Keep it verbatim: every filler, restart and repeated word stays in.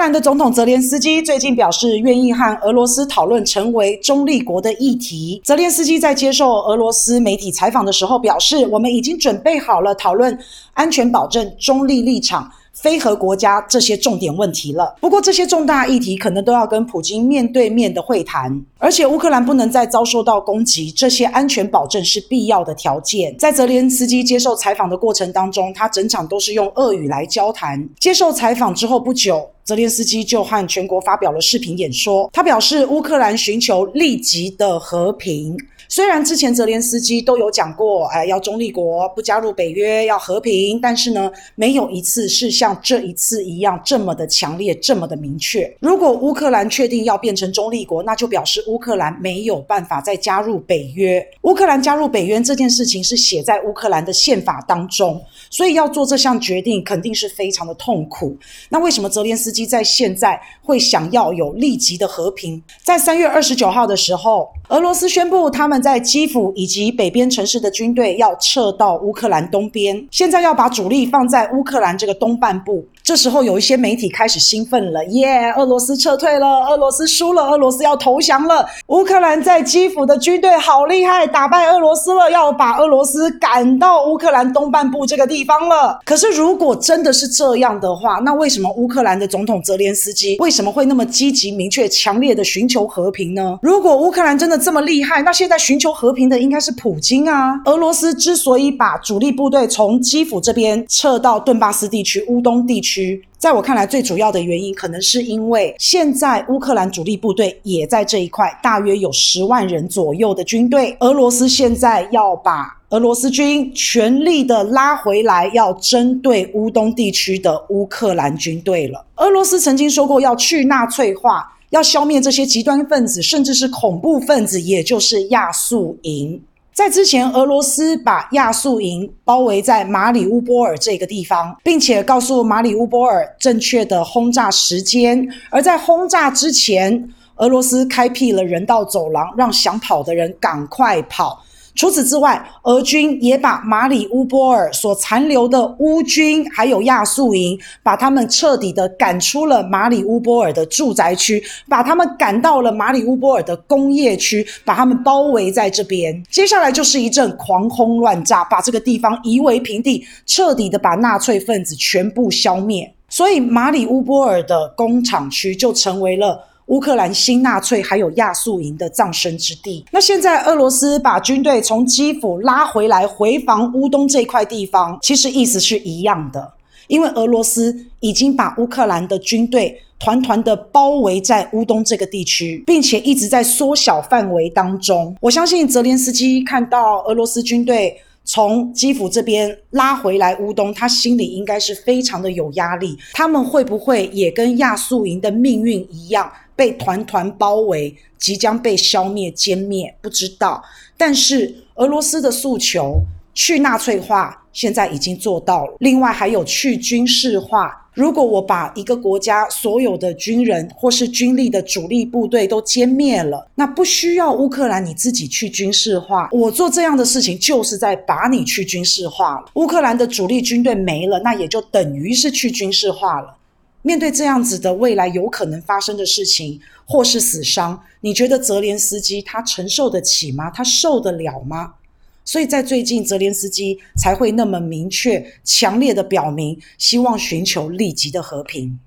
兰的总统泽连斯基最近表示愿意和俄罗斯讨论成为中立国的议题。泽连斯基在接受俄罗斯媒体采访的时候表示，我们已经准备好了讨论安全保证、中立立场、非核国家这些重点问题了。不过这些重大议题可能都要跟普京面对面的会谈，而且乌克兰不能再遭受到攻击，这些安全保证是必要的条件。在泽连斯基接受采访的过程当中，他整场都是用俄语来交谈。接受采访之后不久，泽连斯基就和全国发表了视频演说，他表示乌克兰寻求立即的和平。虽然之前泽连斯基都有讲过，哎，要中立国，不加入北约，要和平，但是呢，没有一次是像这一次一样这么的强烈，这么的明确。如果乌克兰确定要变成中立国，那就表示乌克兰没有办法再加入北约。乌克兰加入北约这件事情是写在乌克兰的宪法当中，所以要做这项决定肯定是非常的痛苦。那为什么泽连斯基在现在会想要有立即的和平？在三月二十九号的时候，俄罗斯宣布他们在基辅以及北边城市的军队要撤到乌克兰东边，现在要把主力放在乌克兰这个东半部。这时候有一些媒体开始兴奋了，耶，俄罗斯撤退了，俄罗斯输了，俄罗斯要投降了，乌克兰在基辅的军队好厉害，打败俄罗斯了，要把俄罗斯赶到乌克兰东半部这个地方了。可是如果真的是这样的话，那为什么乌克兰的总统泽连斯基为什么会那么积极、明确、强烈的寻求和平呢？如果乌克兰真的这么厉害，那现在寻求和平的应该是普京啊。俄罗斯之所以把主力部队从基辅这边撤到顿巴斯地区、乌东地区，在我看来最主要的原因可能是因为现在乌克兰主力部队也在这一块，大约有十万人左右的军队。俄罗斯现在要把俄罗斯军全力的拉回来，要针对乌东地区的乌克兰军队了。俄罗斯曾经说过要去纳粹化，要消灭这些极端分子，甚至是恐怖分子，也就是亚速营。在之前，俄罗斯把亚速营包围在马里乌波尔这个地方，并且告诉马里乌波尔正确的轰炸时间。而在轰炸之前，俄罗斯开辟了人道走廊，让想跑的人赶快跑。除此之外，俄军也把马里乌波尔所残留的乌军还有亚速营，把他们彻底的赶出了马里乌波尔的住宅区，把他们赶到了马里乌波尔的工业区，把他们包围在这边。接下来就是一阵狂轰乱炸，把这个地方夷为平地，彻底的把纳粹分子全部消灭。所以马里乌波尔的工厂区就成为了乌克兰新纳粹还有亚速营的葬身之地。那现在俄罗斯把军队从基辅拉回来，回防乌东这块地方，其实意思是一样的，因为俄罗斯已经把乌克兰的军队团团的包围在乌东这个地区，并且一直在缩小范围当中。我相信泽连斯基看到俄罗斯军队从基辅这边拉回来乌东，他心里应该是非常的有压力。他们会不会也跟亚速营的命运一样，被团团包围，即将被消灭歼灭？不知道。但是俄罗斯的诉求去纳粹化现在已经做到了，另外还有去军事化。如果我把一个国家所有的军人或是军力的主力部队都歼灭了，那不需要乌克兰你自己去军事化，我做这样的事情就是在把你去军事化了。乌克兰的主力军队没了，那也就等于是去军事化了。面对这样子的未来有可能发生的事情或是死伤，你觉得泽连斯基他承受得起吗？他受得了吗？所以在最近泽连斯基才会那么明确强烈的表明希望寻求立即的和平。